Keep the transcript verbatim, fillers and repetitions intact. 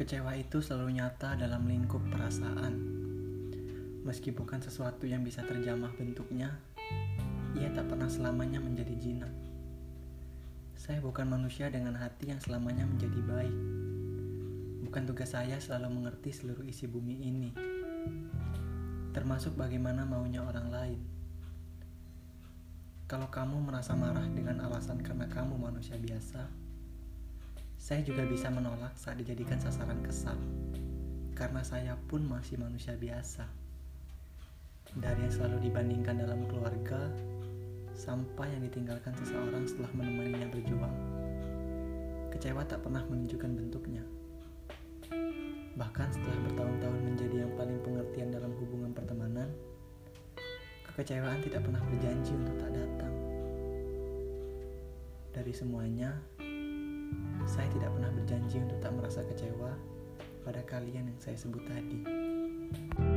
Kecewa itu selalu nyata dalam lingkup perasaan. Meski bukan sesuatu yang bisa terjamah bentuknya, ia tak pernah selamanya menjadi jinak. Saya bukan manusia dengan hati yang selamanya menjadi baik. Bukan tugas saya selalu mengerti seluruh isi bumi ini, termasuk bagaimana maunya orang lain. Kalau kamu merasa marah dengan alasan karena kamu manusia biasa, saya juga bisa menolak saat dijadikan sasaran kesal, karena saya pun masih manusia biasa. Dari yang selalu dibandingkan dalam keluarga, sampai yang ditinggalkan seseorang setelah menemaninya berjuang. Kecewa tak pernah menunjukkan bentuknya. Bahkan setelah bertahun-tahun menjadi yang paling pengertian dalam hubungan pertemanan, kekecewaan tidak pernah berjanji untuk tak datang. Dari semuanya, saya tidak pernah berjanji untuk tak merasa kecewa pada kalian yang saya sebut tadi.